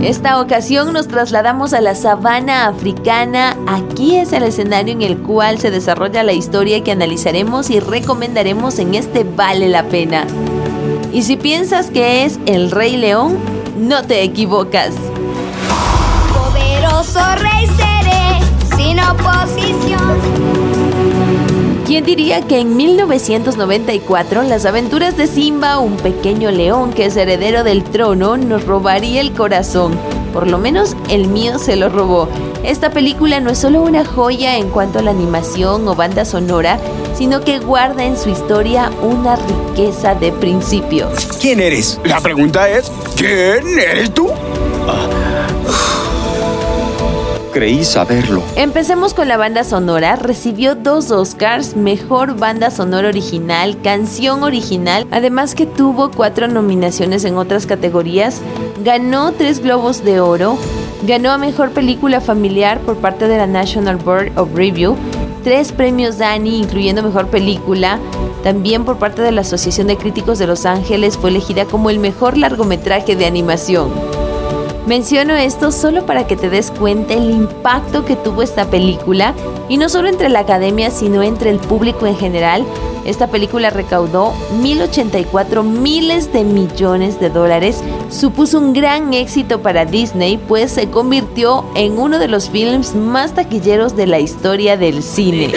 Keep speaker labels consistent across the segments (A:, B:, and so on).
A: Esta ocasión nos trasladamos a la sabana africana. Aquí es el escenario en el cual se desarrolla la historia que analizaremos y recomendaremos en este Vale la Pena. Y si piensas que es El Rey León, no te equivocas.
B: Poderoso rey seré, sin oposición.
A: ¿Quién diría que en 1994 las aventuras de Simba, un pequeño león que es heredero del trono, nos robaría el corazón? Por lo menos el mío se lo robó. Esta película no es solo una joya en cuanto a la animación o banda sonora, sino que guarda en su historia una riqueza de principios.
C: ¿Quién eres? La pregunta es, ¿quién eres tú? Creí saberlo.
A: Empecemos con la banda sonora. Recibió 2 Oscars, Mejor Banda Sonora Original, Canción Original, además que tuvo 4 nominaciones en otras categorías. Ganó 3 Globos de Oro, ganó a Mejor Película Familiar por parte de la National Board of Review, 3 premios Annie, incluyendo Mejor Película. También por parte de la Asociación de Críticos de Los Ángeles fue elegida como el mejor largometraje de animación. Menciono esto solo para que te des cuenta el impacto que tuvo esta película, y no solo entre la academia, sino entre el público en general. Esta película recaudó 1.084 millones de dólares, supuso un gran éxito para Disney, pues se convirtió en uno de los films más taquilleros de la historia del cine.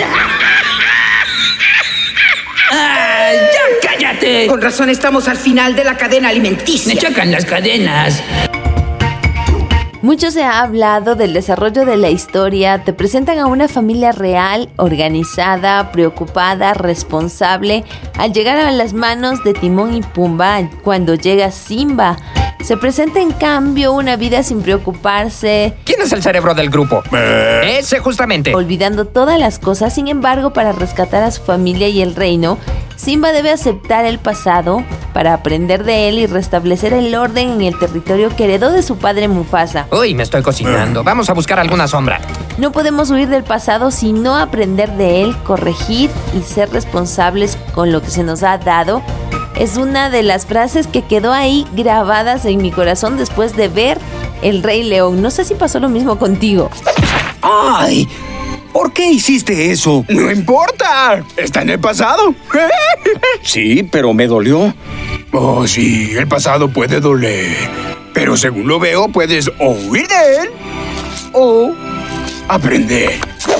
D: ¡Ya cállate!
E: Con razón estamos al final de la cadena alimenticia.
D: Me chocan las cadenas.
A: Mucho se ha hablado del desarrollo de la historia. Te presentan a una familia real, organizada, preocupada, responsable. Al llegar a las manos de Timón y Pumba, cuando llega Simba, se presenta en cambio una vida sin preocuparse.
F: ¿Quién es el cerebro del grupo? Ese justamente.
A: Olvidando todas las cosas. Sin embargo, para rescatar a su familia y el reino, Simba debe aceptar el pasado para aprender de él y restablecer el orden en el territorio que heredó de su padre Mufasa.
F: Uy, me estoy cocinando. Vamos a buscar alguna sombra.
A: No podemos huir del pasado, sino aprender de él, corregir y ser responsables con lo que se nos ha dado. Es una de las frases que quedó ahí grabadas en mi corazón después de ver El Rey León. No sé si pasó lo mismo contigo.
C: ¡Ay! ¿Por qué hiciste eso?
G: No importa, está en el pasado.
C: Sí, pero me dolió.
G: Oh, sí, el pasado puede doler. Pero según lo veo, puedes o huir de él o aprender.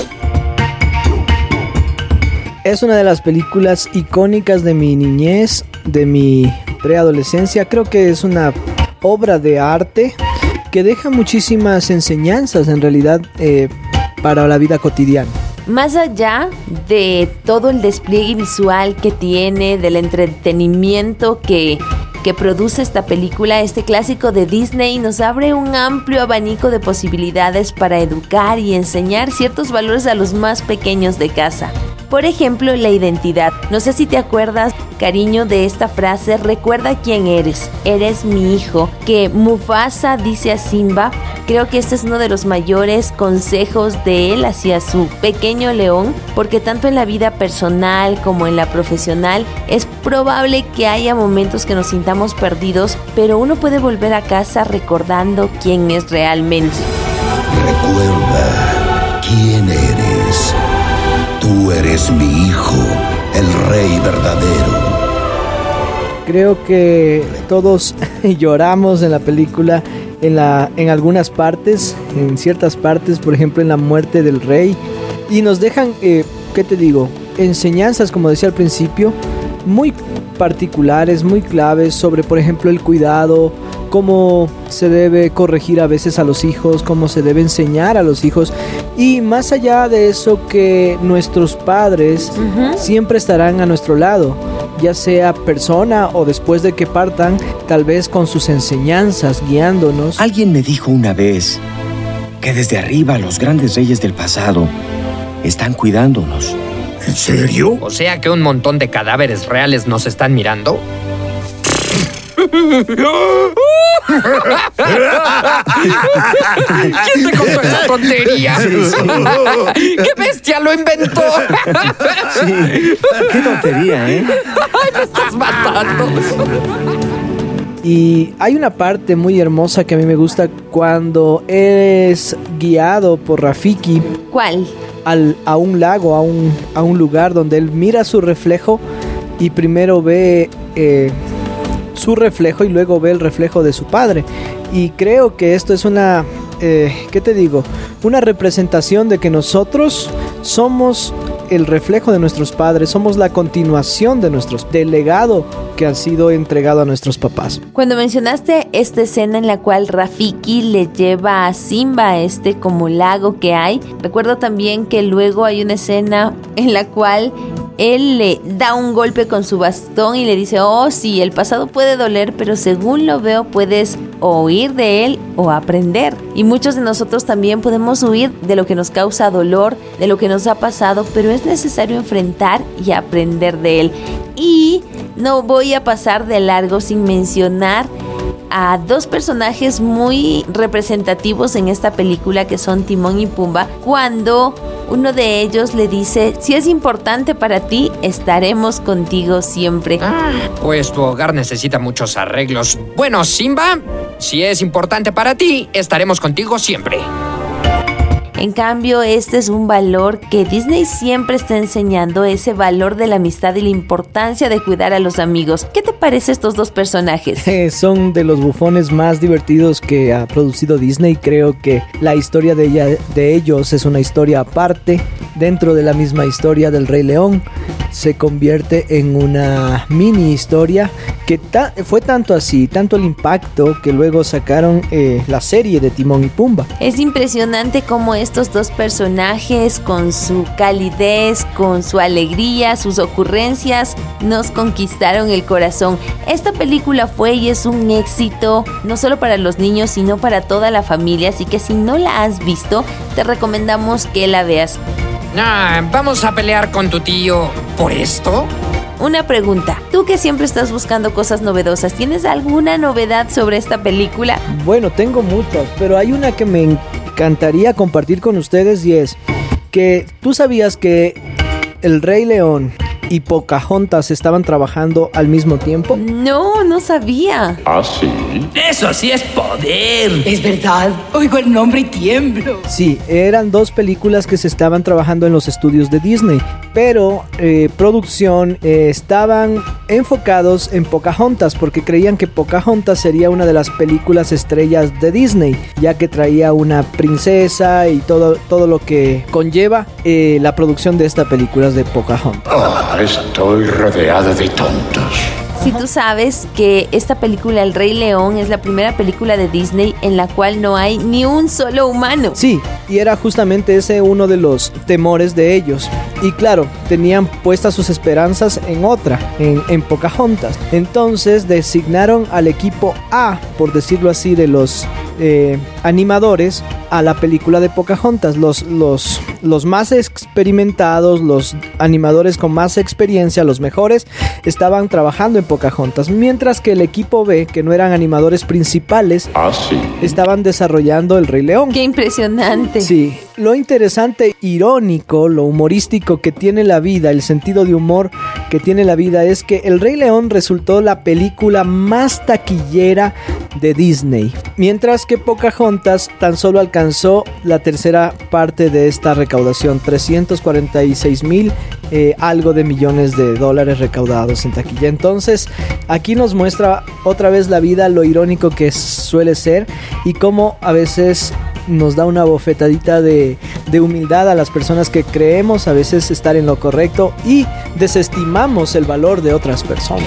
H: Es una de las películas icónicas de mi niñez, de mi preadolescencia. Creo que es una obra de arte que deja muchísimas enseñanzas en realidad para la vida cotidiana.
A: Más allá de todo el despliegue visual que tiene, del entretenimiento que produce esta película, este clásico de Disney nos abre un amplio abanico de posibilidades para educar y enseñar ciertos valores a los más pequeños de casa. Por ejemplo, la identidad. No sé si te acuerdas, cariño, de esta frase: recuerda quién eres, eres mi hijo, que Mufasa dice a Simba. Creo que este es uno de los mayores consejos de él hacia su pequeño león, porque tanto en la vida personal como en la profesional es probable que haya momentos que nos sintamos perdidos, pero uno puede volver a casa recordando quién es realmente.
I: Recuerda quién eres. Tú eres mi hijo, el rey verdadero.
H: Creo que todos lloramos en la película, en algunas partes, en ciertas partes, por ejemplo en la muerte del rey. Y nos dejan, ¿qué te digo? Enseñanzas, como decía al principio, muy particulares, muy claves sobre, por ejemplo, el cuidado, cómo se debe corregir a veces a los hijos, cómo se debe enseñar a los hijos. Y más allá de eso, que nuestros padres siempre estarán a nuestro lado, ya sea persona o después de que partan, tal vez con sus enseñanzas, guiándonos.
C: Alguien me dijo una vez que desde arriba los grandes reyes del pasado están cuidándonos.
G: ¿En serio?
F: O sea que un montón de cadáveres reales nos están mirando. ¿Quién te contó esa tontería? ¡Qué bestia lo inventó!
C: Sí, qué tontería, ¿eh?
F: ¡Ay, me estás matando!
H: Y hay una parte muy hermosa que a mí me gusta cuando es guiado por Rafiki.
A: ¿Cuál?
H: A un lago, a un lugar donde él mira su reflejo y primero ve su reflejo y luego ve el reflejo de su padre. Y creo que esto es una, ¿qué te digo? Una representación de que nosotros somos el reflejo de nuestros padres, somos la continuación del legado que han sido entregado a nuestros papás.
A: Cuando mencionaste esta escena en la cual Rafiki le lleva a Simba a este como lago que hay, recuerdo también que luego hay una escena en la cual él le da un golpe con su bastón y le dice, oh sí, el pasado puede doler, pero según lo veo puedes o huir de él o aprender. Y muchos de nosotros también podemos huir de lo que nos causa dolor, de lo que nos ha pasado, pero es necesario enfrentar y aprender de él. Y no voy a pasar de largo sin mencionar a dos personajes muy representativos en esta película, que son Timón y Pumba, cuando uno de ellos le dice, si es importante para ti, estaremos contigo siempre.
F: Pues tu hogar necesita muchos arreglos. Bueno, Simba, si es importante para ti, estaremos contigo siempre.
A: En cambio, este es un valor que Disney siempre está enseñando, ese valor de la amistad y la importancia de cuidar a los amigos. ¿Qué te parece estos dos personajes?
H: Son de los bufones más divertidos que ha producido Disney. Creo que la historia de ellos es una historia aparte. Dentro de la misma historia del Rey León se convierte en una mini historia que fue tanto así, tanto el impacto que luego sacaron la serie de Timón y Pumba.
A: Es impresionante cómo estos dos personajes, con su calidez, con su alegría, sus ocurrencias, nos conquistaron el corazón. Esta película fue y es un éxito, no solo para los niños, sino para toda la familia, así que si no la has visto, te recomendamos que la veas.
F: ¿Vamos a pelear con tu tío por esto?
A: Una pregunta, tú que siempre estás buscando cosas novedosas, ¿tienes alguna novedad sobre esta película?
H: Bueno, tengo muchas, pero hay una que me encantaría compartir con ustedes y es que tú sabías que el Rey León y Pocahontas estaban trabajando al mismo tiempo.
A: No sabía.
I: ¿Ah, sí?
D: Eso sí es poder.
E: Es verdad. Oigo el nombre y tiemblo.
H: Sí, eran dos películas que se estaban trabajando en los estudios de Disney, pero producción estaban enfocados en Pocahontas porque creían que Pocahontas sería una de las películas estrellas de Disney, ya que traía una princesa y todo lo que conlleva la producción de esta película de Pocahontas.
I: Estoy rodeado de tontos.
A: Si tú sabes que esta película El Rey León es la primera película de Disney en la cual no hay ni un solo humano.
H: Sí, y era justamente ese uno de los temores de ellos. Y claro, tenían puestas sus esperanzas en otra, en Pocahontas. Entonces designaron al equipo A, por decirlo así, de los animadores a la película de Pocahontas. Los más experimentados, los animadores con más experiencia, los mejores, estaban trabajando en Pocahontas, mientras que el equipo B, que no eran animadores principales, estaban desarrollando El Rey León.
A: ¡Qué impresionante!
H: Sí, lo interesante, irónico, lo humorístico que tiene la vida, el sentido de humor que tiene la vida, es que El Rey León resultó la película más taquillera de Disney, mientras que Pocahontas tan solo alcanzó la tercera parte de esta recaudación, 346,000 algo de millones de dólares recaudados en taquilla. Entonces aquí nos muestra otra vez la vida, lo irónico que suele ser y cómo a veces nos da una bofetadita de humildad a las personas que creemos a veces estar en lo correcto y desestimamos el valor de otras personas.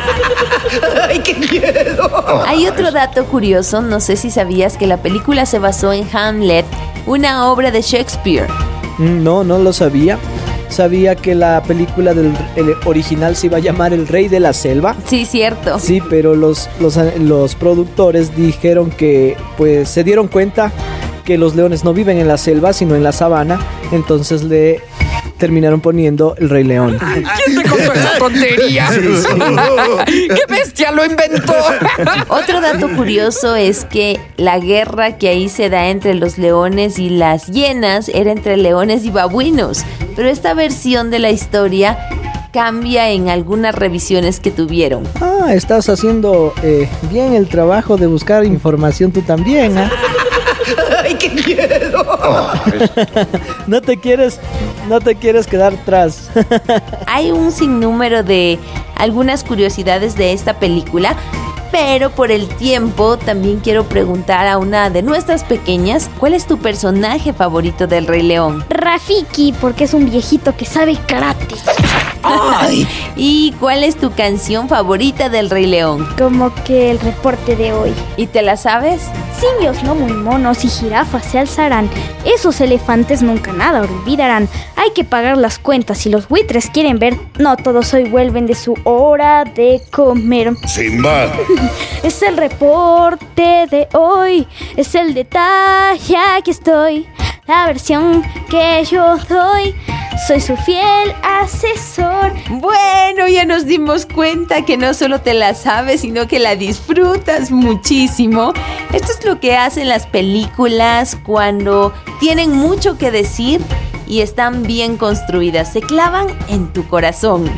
E: ¡Ay, qué miedo!
A: Hay otro dato curioso, no sé si sabías que la película se basó en Hamlet, una obra de Shakespeare.
H: No lo sabía. Sabía que la película el original se iba a llamar El Rey de la Selva.
A: Sí, cierto.
H: Sí, pero los productores dijeron que pues se dieron cuenta que los leones no viven en la selva, sino en la sabana. Entonces le terminaron poniendo El Rey León.
F: ¿Quién te contó esa tontería? ¡Qué bestia lo inventó!
A: Otro dato curioso es que la guerra que ahí se da entre los leones y las hienas era entre leones y babuinos. Pero esta versión de la historia cambia en algunas revisiones que tuvieron.
H: Ah, estás haciendo bien el trabajo de buscar información tú también, ¿ah?
E: ¡Ay, qué miedo!
H: No te quieres quedar atrás.
A: Hay un sinnúmero de algunas curiosidades de esta película, pero por el tiempo también quiero preguntar a una de nuestras pequeñas, ¿cuál es tu personaje favorito del Rey León?
J: Rafiki, porque es un viejito que sabe karate.
E: ¡Ay!
A: ¿Y cuál es tu canción favorita del Rey León?
J: Como que el reporte de hoy.
A: ¿Y te la sabes?
J: Simios no muy monos y jirafas se alzarán. Esos elefantes nunca nada olvidarán. Hay que pagar las cuentas si los buitres quieren ver. No todos hoy vuelven de su hora de comer.
I: Simba.
J: Es el reporte de hoy. Es el detalle, aquí estoy. La versión que yo doy. Soy su fiel asesor.
A: Bueno, ya nos dimos cuenta que no solo te la sabes, sino que la disfrutas muchísimo. Esto es lo que hacen las películas cuando tienen mucho que decir y están bien construidas. Se clavan en tu corazón.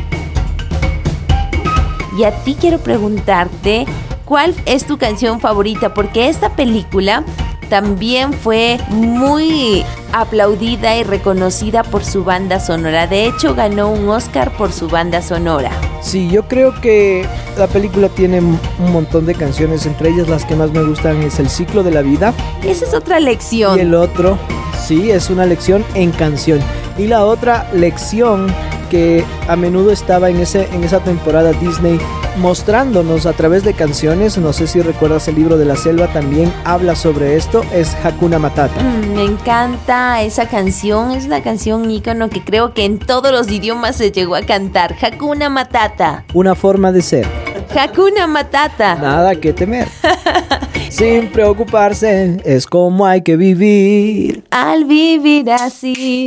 A: Y a ti quiero preguntarte, ¿cuál es tu canción favorita? Porque esta película también fue muy aplaudida y reconocida por su banda sonora. De hecho, ganó un Oscar por su banda sonora.
H: Sí, yo creo que la película tiene un montón de canciones. Entre ellas las que más me gustan es El ciclo de la vida.
A: Esa es otra lección.
H: Y el otro, sí, es una lección en canción. Y la otra lección que a menudo estaba en esa temporada Disney mostrándonos a través de canciones, no sé si recuerdas El libro de la selva, también habla sobre esto, es Hakuna Matata.
A: Me encanta esa canción, es una canción ícono que creo que en todos los idiomas se llegó a cantar. Hakuna Matata.
H: Una forma de ser.
A: Hakuna Matata.
H: Nada que temer. Sin preocuparse, es como hay que vivir.
A: Al vivir así.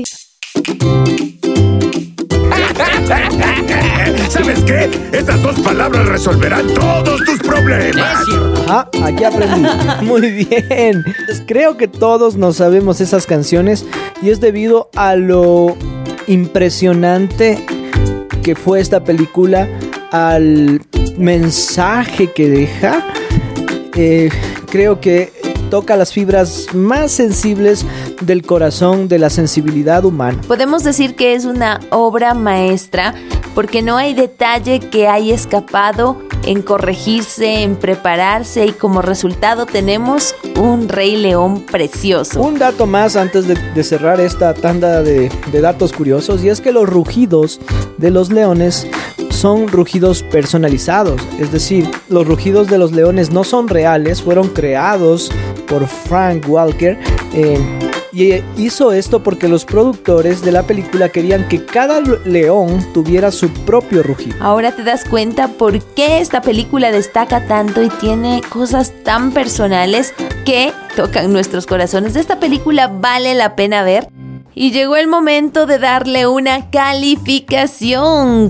G: ¿Sabes qué? Estas dos palabras resolverán todos tus problemas.
H: Ah, aquí aprendí. Muy bien. Pues creo que todos nos sabemos esas canciones y es debido a lo impresionante que fue esta película, al mensaje que deja. Creo que toca las fibras más sensibles del corazón, de la sensibilidad humana.
A: Podemos decir que es una obra maestra porque no hay detalle que haya escapado en corregirse, en prepararse, y como resultado tenemos un Rey León precioso.
H: Un dato más antes de cerrar esta tanda de datos curiosos, y es que los rugidos de los leones son rugidos personalizados, es decir, los rugidos de los leones no son reales, fueron creados por Frank Walker, y hizo esto porque los productores de la película querían que cada león tuviera su propio rugido.
A: Ahora te das cuenta por qué esta película destaca tanto y tiene cosas tan personales que tocan nuestros corazones. Esta película vale la pena ver y llegó el momento de darle una calificación.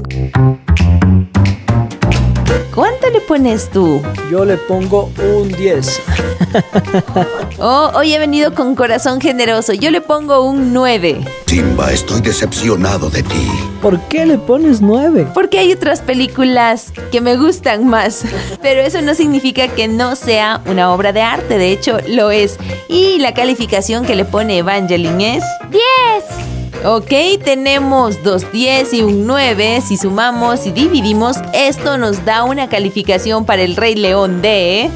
A: ¿Cuánto le pones tú?
H: Yo le pongo un 10.
A: Hoy he venido con corazón generoso. Yo le pongo un 9.
I: Simba, estoy decepcionado de ti.
H: ¿Por qué le pones 9?
A: Porque hay otras películas que me gustan más. Pero eso no significa que no sea una obra de arte. De hecho, lo es. Y la calificación que le pone Evangeline es
J: 10.
A: Ok, tenemos 2 10 y un 9. Si sumamos y dividimos, esto nos da una calificación para el Rey León de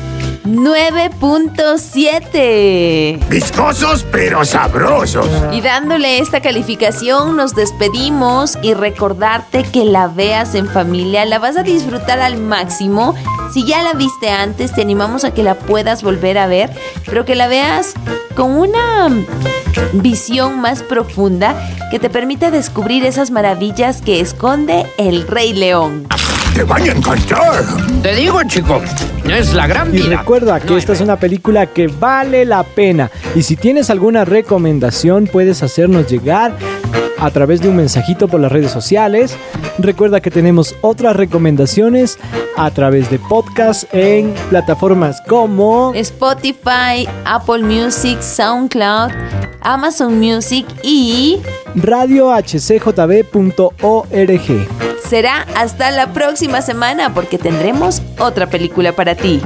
A: 9.7.
G: Viscosos pero sabrosos.
A: Y dándole esta calificación nos despedimos y recordarte que la veas en familia, la vas a disfrutar al máximo. Si ya la viste antes, te animamos a que la puedas volver a ver, pero que la veas con una visión más profunda que te permita descubrir esas maravillas que esconde el Rey León.
G: ¡Te van a encantar!
F: Te digo, chico, es la gran vida.
H: Y recuerda que esta es una película que vale la pena. Y si tienes alguna recomendación, puedes hacernos llegar a través de un mensajito por las redes sociales. Recuerda que tenemos otras recomendaciones a través de podcast en plataformas como
A: Spotify, Apple Music, SoundCloud, Amazon Music y
H: radiohcjb.org.
A: Será hasta la próxima semana porque tendremos otra película para ti.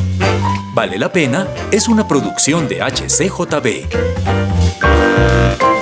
K: Vale la pena es una producción de HCJB.